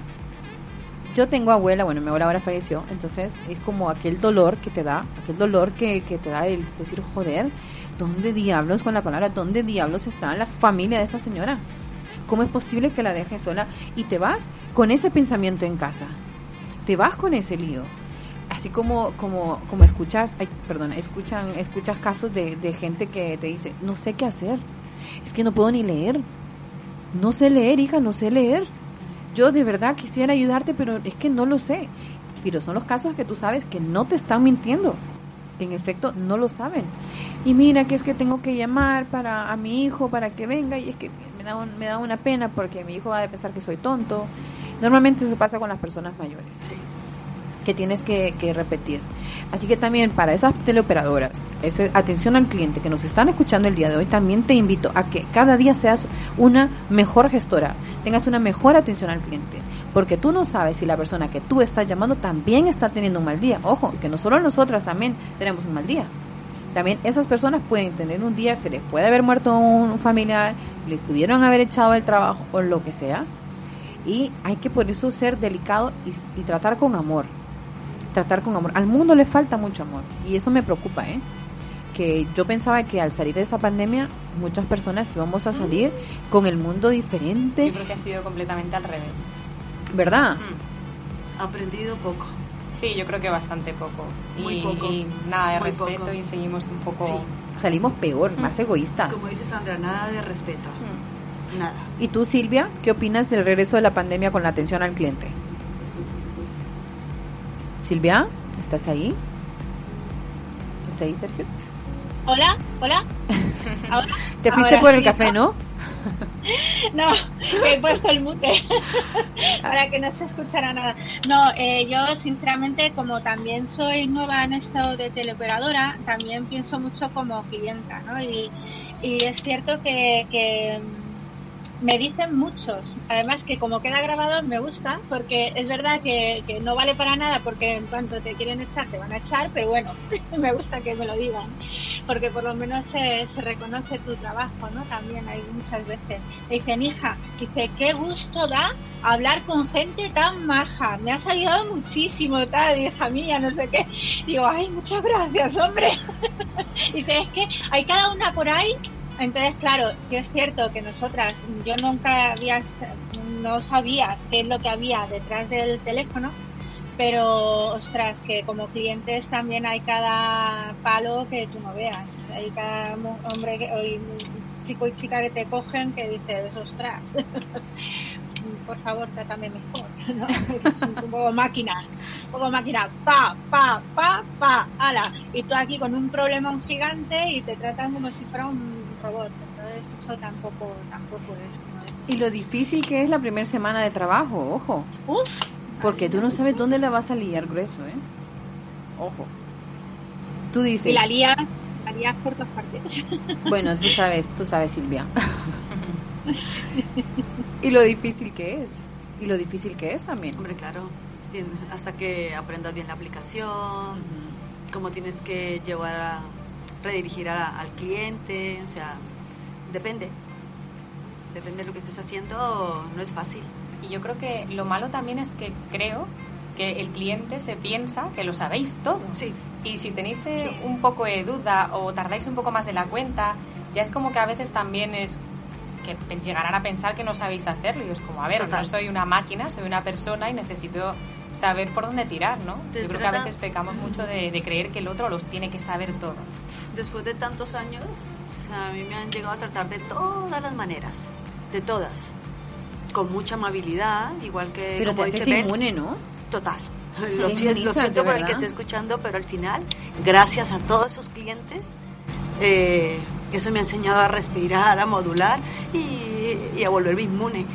Yo tengo abuela, bueno, mi abuela ahora falleció, entonces es como aquel dolor que te da, aquel dolor que, que te da el decir, joder, ¿dónde diablos, con la palabra, dónde diablos está la familia de esta señora? ¿Cómo es posible que la dejes sola? Y te vas con ese pensamiento en casa, te vas con ese lío. Así como como como escuchas, ay, perdona, escuchan escuchas casos de, de gente que te dice, no sé qué hacer, es que no puedo ni leer, no sé leer, hija, no sé leer. Yo de verdad quisiera ayudarte, pero es que no lo sé. Pero son los casos que tú sabes que no te están mintiendo. En efecto, no lo saben. Y mira que es que tengo que llamar para a mi hijo para que venga, y es que me da, un, me da una pena porque mi hijo va a pensar que soy tonto. Normalmente eso pasa con las personas mayores. Sí. Que tienes que, que repetir. Así que también para esas teleoperadoras, ese, atención al cliente que nos están escuchando el día de hoy, también te invito a que cada día seas una mejor gestora, tengas una mejor atención al cliente, porque tú no sabes si la persona que tú estás llamando también está teniendo un mal día. Ojo, que no solo nosotras también tenemos un mal día. También esas personas pueden tener un día, se les puede haber muerto un familiar, les pudieron haber echado el trabajo o lo que sea, y hay que por eso ser delicado y, y tratar con amor. Tratar con amor. Al mundo le falta mucho amor y eso me preocupa, ¿eh? Que yo pensaba que al salir de esa pandemia muchas personas íbamos a salir con el mundo diferente. Yo creo que ha sido completamente al revés. ¿Verdad? Mm. Aprendido poco. Sí, yo creo que bastante poco. Muy y, poco. y nada de Muy respeto poco. y seguimos un poco... Sí. Salimos peor, más egoístas. Como dice Sandra, nada de respeto. Mm. Nada. ¿Y tú, Silvia, qué opinas del regreso de la pandemia con la atención al cliente? Silvia, ¿estás ahí? ¿Está ahí, Sergio? Hola, hola. ¿Ahora? Te fuiste Ahora por el sí. café, ¿no? No, he puesto el mute para que no se escuchara nada. No, eh, yo sinceramente, como también soy nueva en esto de teleoperadora, también pienso mucho como clienta, ¿no? Y, y es cierto que, que me dicen muchos, además que como queda grabado me gusta, porque es verdad que, que no vale para nada, porque en cuanto te quieren echar te van a echar, pero bueno, me gusta que me lo digan, porque por lo menos se, se reconoce tu trabajo, ¿no? También hay muchas veces. Me dicen, hija, dice, qué gusto da hablar con gente tan maja, me has ayudado muchísimo, tal, hija mía, no sé qué. Digo, ay, muchas gracias, hombre. Dice, es que hay cada una por ahí. Entonces, claro, sí es cierto que nosotras, yo nunca había, no sabía qué es lo que había detrás del teléfono, pero, ostras, que como clientes también hay cada palo que tú no veas. Hay cada hombre, que, hoy, chico y chica que te cogen que dices, ostras, por favor, trátame mejor, ¿no? Es un, un poco máquina, un poco máquina, pa, pa, pa, pa, ala. Y tú aquí con un problemón gigante y te tratan como si fuera un robot. Entonces eso tampoco, tampoco es, ¿no? Y lo difícil que es la primera semana de trabajo, ojo. Uf, Porque tú no sabes dónde la vas a liar grueso, ¿eh? Ojo. tú dices... Y la lías, la lías por todas partes. Bueno, tú sabes, tú sabes, Silvia. Y lo difícil que es. Y lo difícil que es también. Hombre, claro. Hasta que aprendas bien la aplicación, uh-huh. cómo tienes que llevar a redirigir a, al cliente, o sea, depende. Depende de lo que estés haciendo, no es fácil. Y yo creo que lo malo también es que creo que el cliente se piensa que lo sabéis todo. Sí. Y si tenéis eh, sí. un poco de duda o tardáis un poco más de la cuenta, ya es como que a veces también es que llegarán a pensar que no sabéis hacerlo. Y es como, a ver, Total. no soy una máquina, soy una persona y necesito saber por dónde tirar, ¿no? Te yo creo que a veces pecamos mucho de, de creer que el otro los tiene que saber todo. Después de tantos años, o sea, a mí me han llegado a tratar de todas las maneras, de todas, con mucha amabilidad, igual que... Pero como te haces dice inmune, Ben, ¿no? Total. Lo, sí, siento, lo siento por el que esté escuchando, pero al final, gracias a todos esos clientes, eh, eso me ha enseñado a respirar, a modular y, y a volverme inmune.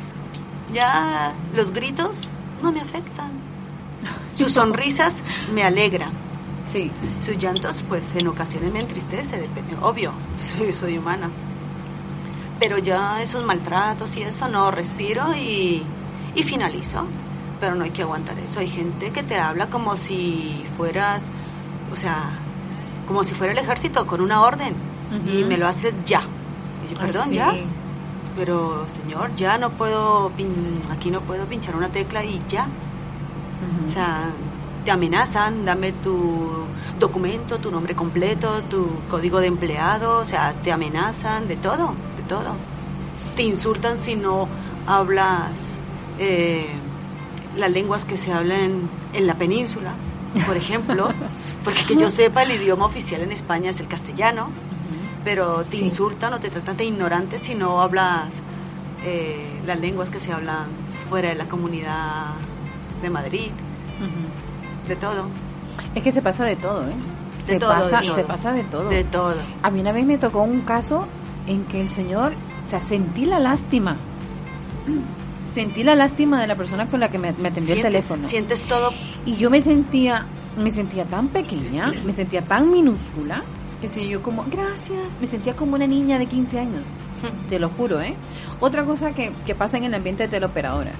Ya los gritos no me afectan. Sus sonrisas me alegran. Sí. Sus llantos, pues en ocasiones me entristece, depende, obvio, soy, soy humana. Pero ya esos maltratos y eso, no, respiro y, y finalizo. Pero no hay que aguantar eso. Hay gente que te habla como si fueras, o sea, como si fuera el ejército con una orden. Uh-huh. Y me lo haces ya. Y yo, perdón, Ay, sí. ya. Pero, señor, ya no puedo, pin- aquí no puedo pinchar una tecla y ya. Uh-huh. O sea, te amenazan, dame tu documento, tu nombre completo, tu código de empleado, o sea, te amenazan de todo, de todo. Te insultan si no hablas eh, las lenguas que se hablan en la península, por ejemplo, porque que yo sepa el idioma oficial en España es el castellano, uh-huh. pero te sí. insultan o te tratan de ignorante si no hablas eh, las lenguas que se hablan fuera de la comunidad de Madrid. Uh-huh. De todo. Es que se pasa de todo, ¿eh? De se, todo, pasa, de todo. se pasa de todo. De todo. A mí una vez me tocó un caso en que el señor, o sea, sentí la lástima. Sentí la lástima de la persona con la que me, me atendió el teléfono. Sientes todo. Y yo me sentía, me sentía tan pequeña, me sentía tan minúscula, que si yo como, gracias, me sentía como una niña de quince años. Te lo juro, ¿eh? Otra cosa que, que pasa en el ambiente de teleoperadoras.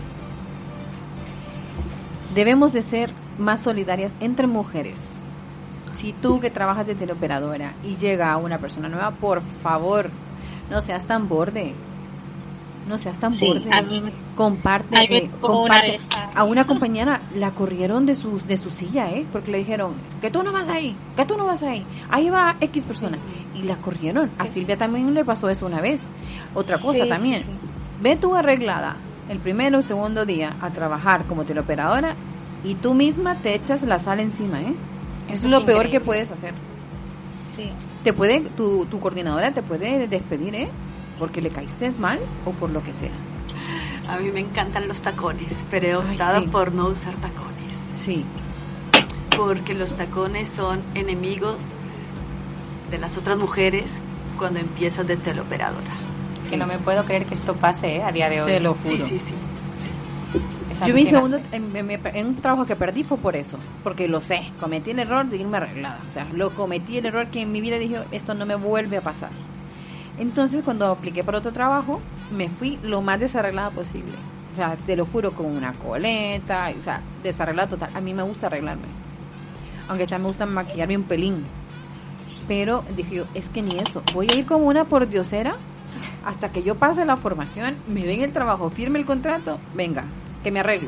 Debemos de ser más solidarias entre mujeres. Si tú que trabajas de teleoperadora y llega una persona nueva, por favor, no seas tan borde. No seas tan sí, borde. A mí, comparte, a, mí eh, comparte. Una a una compañera la corrieron de su de su silla, ¿eh? Porque le dijeron que tú no vas ahí, que tú no vas ahí. Ahí va X persona y la corrieron. A Silvia también le pasó eso una vez. Otra cosa sí, también. Sí, sí. Ve tú arreglada el primero o segundo día a trabajar como teleoperadora y tú misma te echas la sal encima, ¿eh? Eso es lo peor que puedes hacer. Sí. Te puede tu tu coordinadora te puede despedir, ¿eh? Porque le caíste mal o por lo que sea. A mí me encantan los tacones, pero he optado Ay, sí. por no usar tacones. Sí. Porque los tacones son enemigos de las otras mujeres cuando empiezas de teleoperadora. Es que no me puedo creer que esto pase, ¿eh? A día de hoy. Te lo juro. Sí, sí, sí. sí. Yo mi segundo, en, en, en un trabajo que perdí fue por eso, porque lo sé, cometí el error de irme arreglada. O sea, lo cometí el error que en mi vida dije, esto no me vuelve a pasar. Entonces, cuando apliqué para otro trabajo, me fui lo más desarreglada posible. O sea, te lo juro, con una coleta, o sea, desarreglada total. A mí me gusta arreglarme. Aunque sea me gusta maquillarme un pelín. Pero dije yo, es que ni eso. Voy a ir como una pordiosera hasta que yo pase la formación, me den el trabajo, firme el contrato, venga, que me arreglo.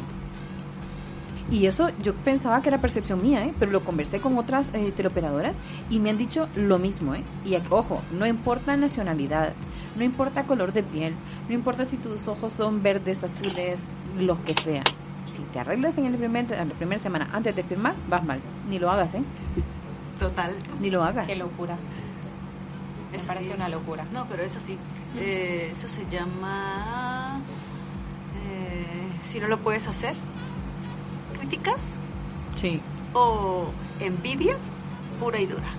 Y eso yo pensaba que era percepción mía, ¿eh? Pero lo conversé con otras eh, teleoperadoras y me han dicho lo mismo, ¿eh? Y ojo, no importa nacionalidad, no importa color de piel, no importa si tus ojos son verdes, azules, lo que sea. Si te arreglas en, el primer, en la primera semana antes de firmar, vas mal. Ni lo hagas, ¿eh? Total. Ni lo hagas. Qué locura. Me es parece así. Una locura. No, pero es así. Eh, eso se llama... Eh, si no lo puedes hacer... críticas sí. o envidia pura y dura.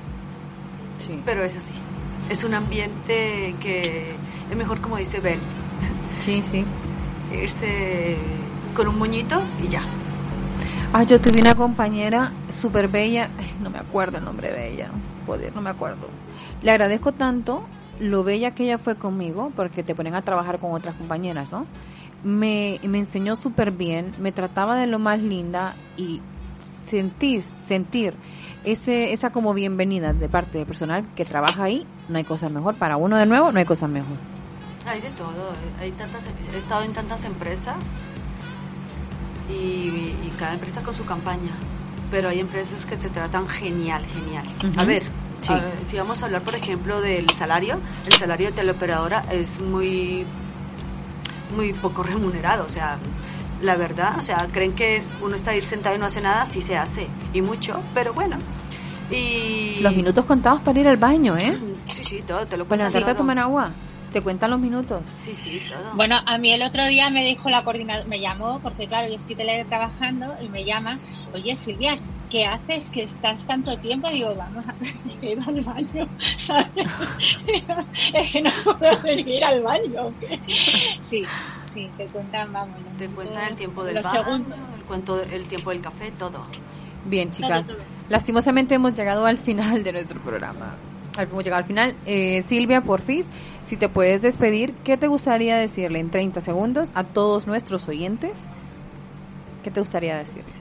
Sí. Pero es así. Es un ambiente que es mejor, como dice Ben. Sí, sí. Irse con un moñito y ya. Ah, yo tuve una compañera súper bella, ay, no me acuerdo el nombre de ella, joder, no me acuerdo. Le agradezco tanto lo bella que ella fue conmigo, porque te ponen a trabajar con otras compañeras, ¿no? Me, me enseñó súper bien, me trataba de lo más linda y sentir, sentir ese, esa como bienvenida de parte del personal que trabaja ahí, no hay cosa mejor. Para uno de nuevo, no hay cosa mejor. Hay de todo, hay tantas, he estado en tantas empresas y, y cada empresa con su campaña, pero hay empresas que te tratan genial, genial. Uh-huh. A ver, sí. a ver, si vamos a hablar por ejemplo del salario, el salario de teleoperadora es muy, muy poco remunerado, o sea, la verdad, o sea, creen que uno está ahí sentado y no hace nada, sí se hace, y mucho, pero bueno. Y los minutos contados para ir al baño, ¿eh? Sí, sí, todo, te lo cuentan. Para levantarte a tomar agua. ¿Te cuentan los minutos? Sí, sí, todo. Bueno, a mí el otro día me dijo la coordinadora, me llamó, porque claro, yo estoy teletrabajando y me llama, oye Silvia, ¿qué haces que estás tanto tiempo? Digo, vamos a ir al baño, ¿sabes? Es que no puedo venir al baño. Sí, sí, sí, te cuentan, vamos. Te cuentan el tiempo del baño, el, cuento, el tiempo del café, todo. Bien, chicas, todo, todo. Lastimosamente hemos llegado al final de nuestro programa. Hemos llegado al final. Eh, Silvia, porfis, si te puedes despedir, ¿qué te gustaría decirle en treinta segundos a todos nuestros oyentes? ¿Qué te gustaría decirles?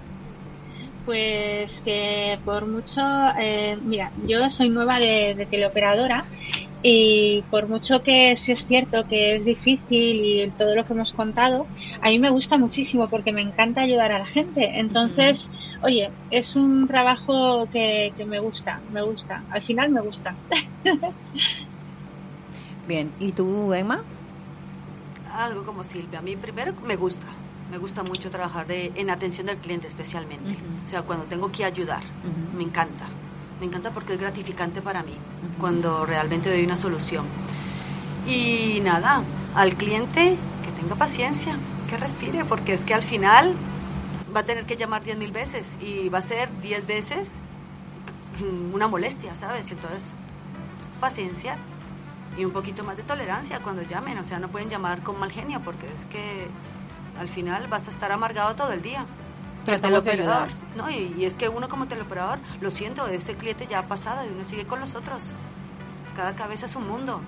Pues que por mucho, eh, mira, yo soy nueva de, de teleoperadora y por mucho que sí es cierto que es difícil y todo lo que hemos contado, a mí me gusta muchísimo porque me encanta ayudar a la gente. Entonces, uh-huh. oye, es un trabajo que, que me gusta, me gusta, al final me gusta. Bien, ¿y tú, Emma? Algo como Silvia, a mí primero me gusta. Me gusta mucho trabajar de, en atención del cliente especialmente. Uh-huh. O sea, cuando tengo que ayudar, uh-huh. me encanta. Me encanta porque es gratificante para mí, uh-huh. cuando realmente doy una solución. Y nada, al cliente que tenga paciencia, que respire, porque es que al final va a tener que llamar diez mil veces y va a ser diez veces una molestia, ¿sabes? Entonces, paciencia y un poquito más de tolerancia cuando llamen. O sea, no pueden llamar con mal genio porque es que al final vas a estar amargado todo el día. Pero teleoperador, no, y, y es que uno como teleoperador, lo siento, este cliente ya ha pasado y uno sigue con los otros. Cada cabeza es un mundo.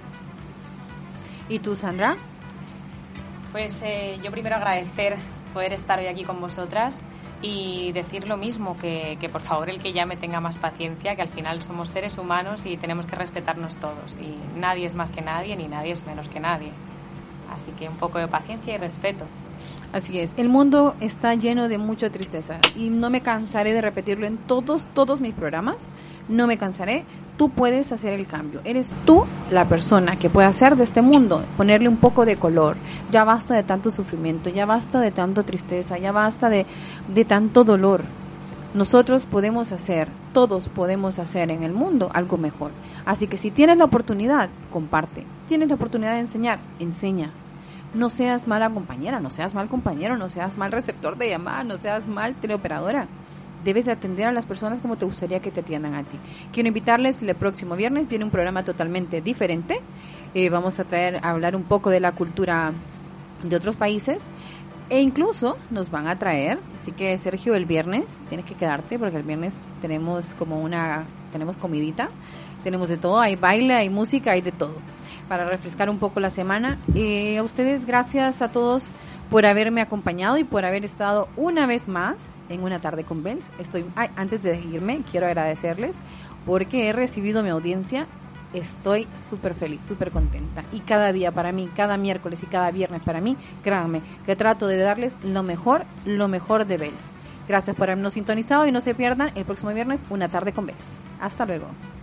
¿Y tú, Sandra? Pues eh, yo primero agradecer poder estar hoy aquí con vosotras y decir lo mismo, que, que por favor el que llame tenga más paciencia, que al final somos seres humanos y tenemos que respetarnos todos. Y nadie es más que nadie, ni nadie es menos que nadie. Así que un poco de paciencia y respeto. Así es, el mundo está lleno de mucha tristeza y no me cansaré de repetirlo en todos, todos mis programas, no me cansaré. Tú puedes hacer el cambio, eres tú la persona que puede hacer de este mundo, ponerle un poco de color. Ya basta de tanto sufrimiento, ya basta de tanta tristeza, ya basta de, de tanto dolor. Nosotros podemos hacer, todos podemos hacer en el mundo algo mejor. Así que si tienes la oportunidad, comparte. Tienes la oportunidad de enseñar, enseña. No seas mala compañera, no seas mal compañero, no seas mal receptor de llamadas, no seas mal teleoperadora. Debes de atender a las personas como te gustaría que te atiendan a ti. Quiero invitarles, el próximo viernes viene un programa totalmente diferente. Eh, vamos a traer a hablar un poco de la cultura de otros países. E incluso nos van a traer, así que Sergio, el viernes tienes que quedarte porque el viernes tenemos como una, tenemos comidita, tenemos de todo, hay baile, hay música, hay de todo, para refrescar un poco la semana. Eh, a ustedes, gracias a todos por haberme acompañado y por haber estado una vez más en Una Tarde con Bells. Estoy, ay, antes de irme, quiero agradecerles porque he recibido mi audiencia. Estoy súper feliz, súper contenta. Y cada día para mí, cada miércoles y cada viernes para mí, créanme, que trato de darles lo mejor, lo mejor de Bells. Gracias por habernos sintonizado y no se pierdan el próximo viernes Una Tarde con Bells. Hasta luego.